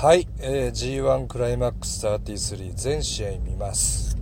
はい、G1 クライマックス33全試合見ます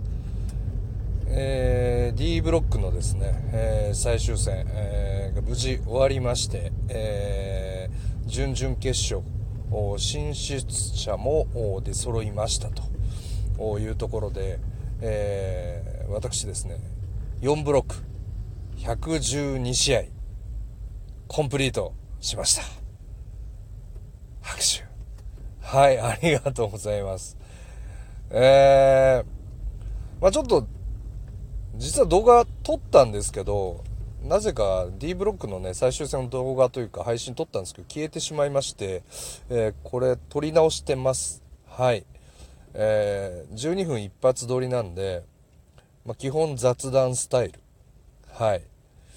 。D ブロックのですね、最終戦、が無事終わりまして、準々決勝進出者も出揃いましたというところで、私ですね4ブロック112試合コンプリートしました。拍手。はい、ありがとうございます。ちょっと実は動画撮ったんですけど、なぜか D ブロックのね最終戦の動画というか配信撮ったんですけど消えてしまいまして、これ撮り直してます。はい、12分一発撮りなんで、基本雑談スタイル。はい、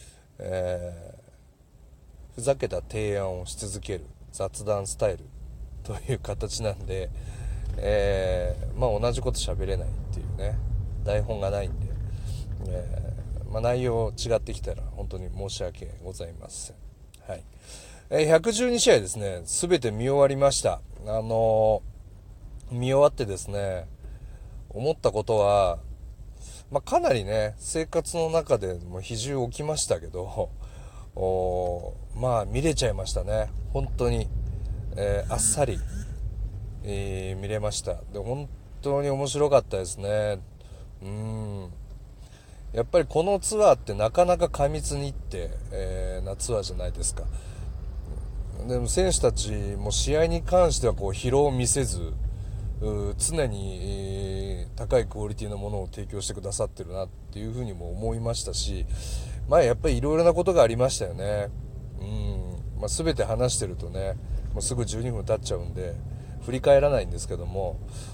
ふざけた提案をし続ける雑談スタイルという形なんで、同じこと喋れないっていうね、台本がないんで、内容違ってきたら本当に申し訳ございません。はい、112試合ですね全て見終わりました。見終わってですね思ったことは、かなりね生活の中でも比重起きましたけど、見れちゃいましたね本当に、あっさり、見れました。で本当に面白かったですね。やっぱりこのツアーってなかなか過密日程、なツアーじゃないですか。でも選手たちも試合に関しては疲労を見せず、常に、高いクオリティのものを提供してくださってるなっていうふうにも思いましたし、やっぱりいろいろなことがありましたよね。全て話してるとねもうすぐ12分経っちゃうんで振り返らないんですけども、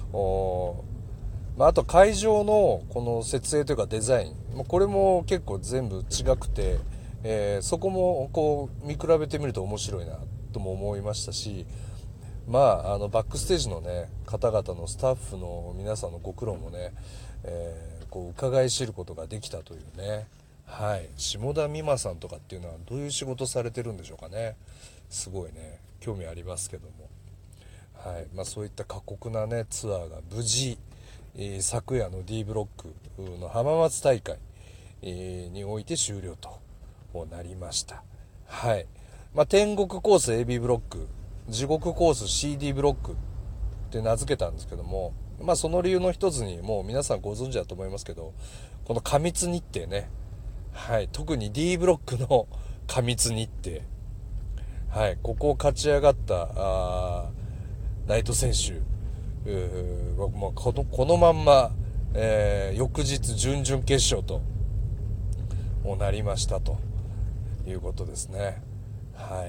あと会場のこの設営というかデザイン、これも結構全部違くて、そこも見比べてみると面白いなとも思いましたし、バックステージのね方々のスタッフの皆さんのご苦労もね、伺い知ることができたというね。はい、下田美馬さんとかっていうのはどういう仕事されてるんでしょうかね。すごいね興味ありますけども、はい、そういった過酷なねツアーが無事、昨夜の D ブロックの浜松大会、において終了となりました。はい、天国コース AB ブロック、地獄コース CD ブロックって名付けたんですけども、その理由の一つにもう皆さんご存知だと思いますけど、この過密日程ね。はい、特に D ブロックの過密日程、はい、ここを勝ち上がったナイト選手は、このまんま、翌日準々決勝となりましたということですね。はい、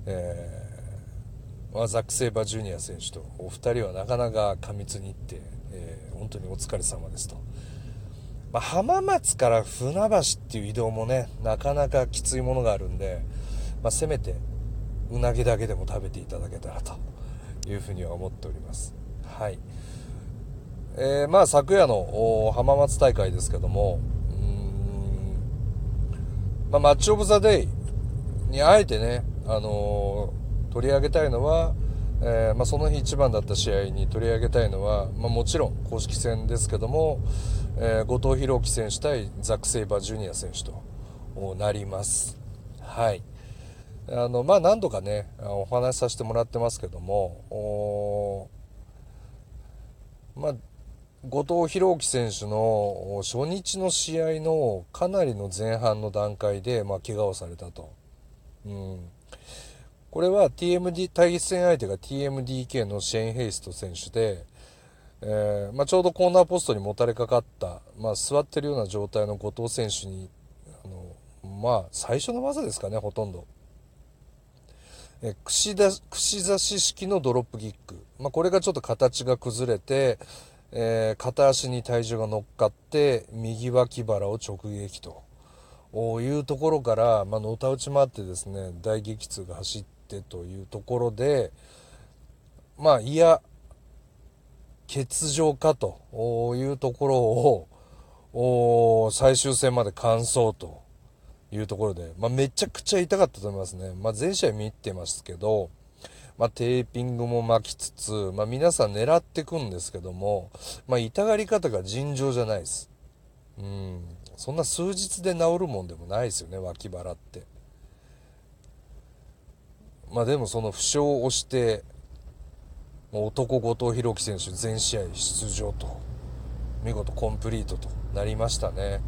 ザック・セイバージュニア選手とお二人はなかなか過密日程、本当にお疲れ様ですと。浜松から船橋っていう移動もねなかなかきついものがあるんで、せめてうなぎだけでも食べていただけたらというふうには思っております。はい、昨夜の浜松大会ですけども、マッチオブザデイにあえてね、取り上げたいのは、その日一番だった試合に取り上げたいのは、もちろん公式戦ですけども、後藤弘樹選手対ザック・セイバージュニア選手となります。はい、何度かねお話しさせてもらってますけども、後藤弘樹選手の初日の試合のかなりの前半の段階で、怪我をされたと。これは TMD 対戦相手が TMDK のシェーン・ヘイスト選手で、ちょうどコーナーポストにもたれかかった、座ってるような状態の後藤選手に最初の技ですかね、ほとんど串刺し式のドロップキック、これがちょっと形が崩れて、片足に体重が乗っかって右脇腹を直撃というところから、のたうち回ってですね大激痛が走ってというところで、いや欠場かというところを最終戦まで完走というところで、めちゃくちゃ痛かったと思いますね。全試合見てますけど、 テーピングも巻きつつ、皆さん狙ってくんですけども、痛がり方が尋常じゃないです。そんな数日で治るもんでもないですよね、脇腹って。でもその負傷をして、もう男後藤弘樹選手全試合出場と、見事コンプリートとなりましたね。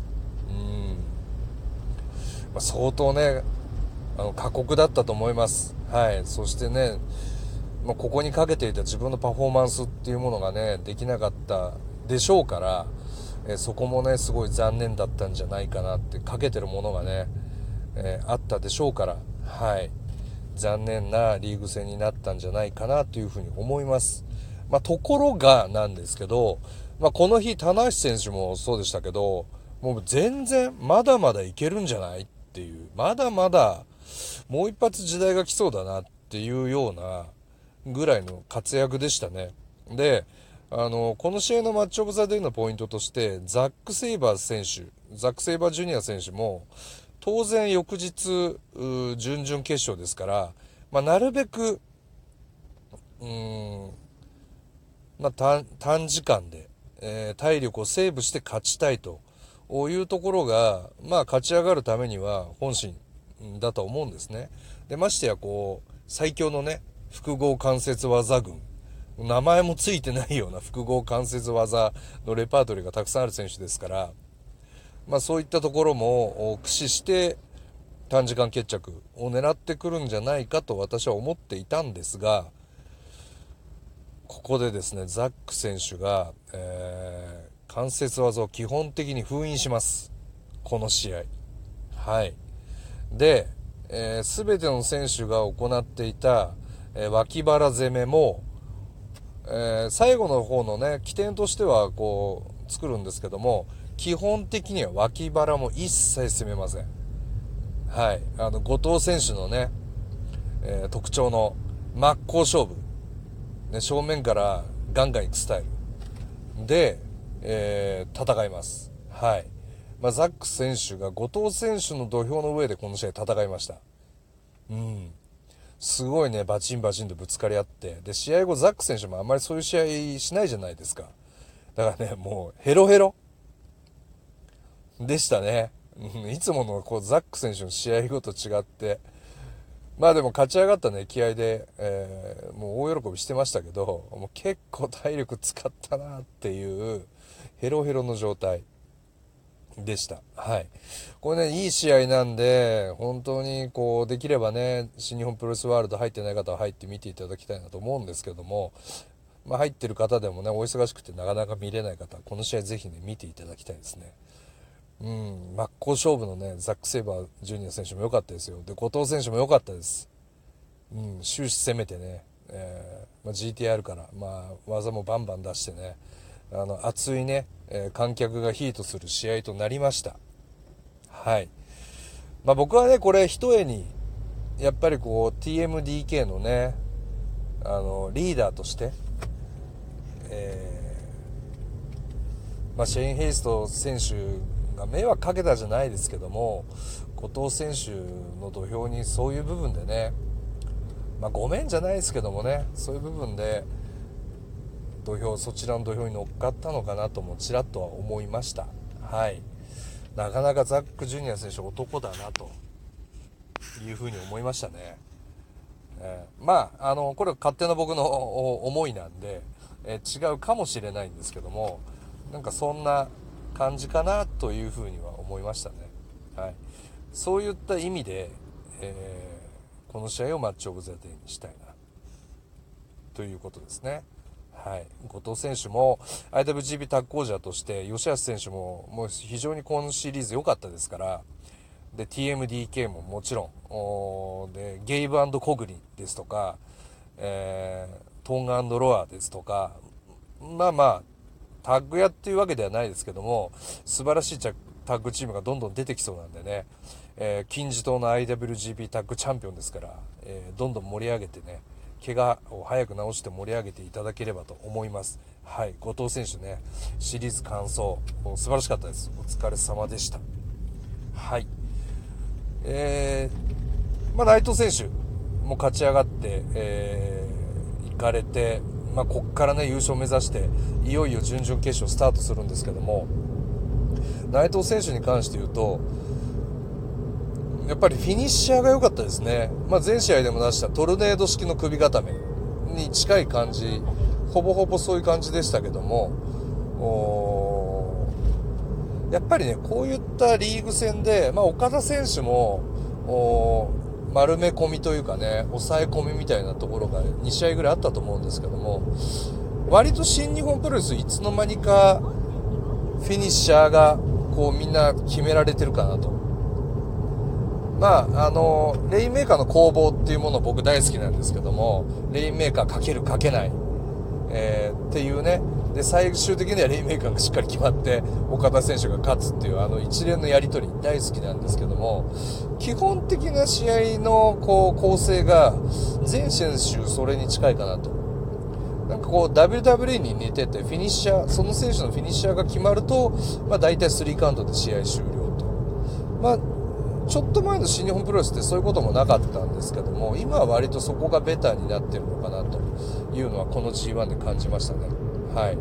相当ね、過酷だったと思います。はい。そしてね、ここにかけていた自分のパフォーマンスっていうものがね、できなかったでしょうから、そこもね、すごい残念だったんじゃないかなって、かけてるものがね、あったでしょうから、はい。残念なリーグ戦になったんじゃないかなというふうに思います。ところがなんですけど、この日、棚橋選手もそうでしたけど、もう全然まだまだいけるんじゃないっていう、まだまだもう一発時代が来そうだなっていうようなぐらいの活躍でしたね。で、この試合のマッチオブザデーのポイントとして、ザック・セイバージュニア選手も、当然翌日、準々決勝ですから、なるべく、短時間で、体力をセーブして勝ちたいというところが、勝ち上がるためには本心だと思うんですね。で、ましてや最強のね、複合関節技群、名前もついてないような複合関節技のレパートリーがたくさんある選手ですから、そういったところも駆使して短時間決着を狙ってくるんじゃないかと私は思っていたんですが、ここでですね、ザック選手が、関節技を基本的に封印します。この試合。はい。で、全ての選手が行っていた、脇腹攻めも、最後の方のね、起点としては作るんですけども、基本的には脇腹も一切攻めません。はい。後藤選手のね、特徴の真っ向勝負。ね、正面からガンガン行くスタイルで、戦います。はい。ザック選手が後藤選手の土俵の上でこの試合戦いました。すごいね、バチンバチンとぶつかり合って、で、試合後ザック選手もあんまりそういう試合しないじゃないですか。だからね、もうヘロヘロでしたね。いつものザック選手の試合後と違って、でも勝ち上がったね、気合で、もう大喜びしてましたけど、もう結構体力使ったなっていうヘロヘロの状態でした。はい。これね、いい試合なんで、本当にできればね、新日本プロレスワールド入ってない方は入って見ていただきたいなと思うんですけども、入ってる方でもね、お忙しくてなかなか見れない方は、この試合ぜひね、見ていただきたいですね。真っ向勝負のね、ザック・セイバージュニア選手も良かったですよ。で、後藤選手も良かったです。終始攻めてね、GTR から、技もバンバン出してね、熱いね、観客がヒートする試合となりました。はい。僕はね、これ一重に、やっぱりTMDK のね、リーダーとして、シェイン・ヘイスト選手が迷惑かけたじゃないですけども、後藤選手の土俵にそういう部分でね、ごめんじゃないですけどもね、そういう部分でそちらの土俵に乗っかったのかなともちらっとは思いました。はい。なかなかザック・ジュニア選手男だなというふうに思いましたね。これは勝手な僕の思いなんで、違うかもしれないんですけども、なんかそんな感じかなというふうには思いましたね。はい。そういった意味で、この試合をマッチオブザデーにしたいなということですね。はい、後藤選手も IWGP タッグ王者として吉橋選手もう非常に今シリーズ良かったですから、で TMDK ももちろんでゲイブ&コグリですとか、トーン&ロアですとか、タッグ屋っていうわけではないですけども、素晴らしいタッグチームがどんどん出てきそうなんでね、金字塔の IWGP タッグチャンピオンですから、どんどん盛り上げてね、怪我を早く治して盛り上げていただければと思います。はい、後藤選手ね、シリーズ完走素晴らしかったです。お疲れ様でした。はい。内藤選手も勝ち上がって、 かれて、こっからね優勝を目指していよいよ準々決勝スタートするんですけども、内藤選手に関して言うとやっぱりフィニッシャーが良かったですね。全試合でも出したトルネード式の首固めに近い感じ、ほぼほぼそういう感じでしたけども、やっぱりねこういったリーグ戦で、岡田選手も丸め込みというかね抑え込みみたいなところが2試合ぐらいあったと思うんですけども、割と新日本プロレスいつの間にかフィニッシャーがこうみんな決められてるかなと。レインメーカーの攻防っていうもの僕大好きなんですけども、レインメーカーかけるかけない、っていうね、で最終的にはレインメーカーがしっかり決まって岡田選手が勝つっていう一連のやり取り大好きなんですけども、基本的な試合のこう構成が全選手それに近いかなと。なんかこう WWE に似てて、フィニッシャー、その選手のフィニッシャーが決まると、大体3カウントで試合終了と。ちょっと前の新日本プロレスってそういうこともなかったんですけども、今は割とそこがベターになってるのかなというのはこの G1 で感じましたね。はい。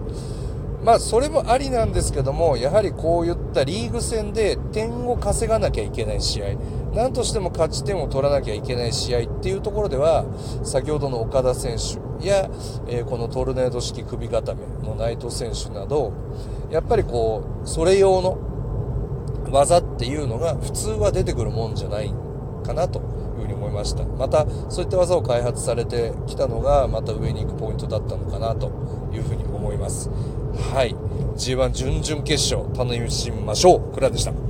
それもありなんですけども、やはりこういったリーグ戦で点を稼がなきゃいけない試合、何としても勝ち点を取らなきゃいけない試合っていうところでは、先ほどの岡田選手や、このトルネード式首固めの内藤選手など、やっぱりこうそれ用の技っていうのが普通は出てくるもんじゃないかなというふうに思いました。またそういった技を開発されてきたのがまた上に行くポイントだったのかなというふうに思います。はい、G1 準々決勝楽しみましょう。倉でした。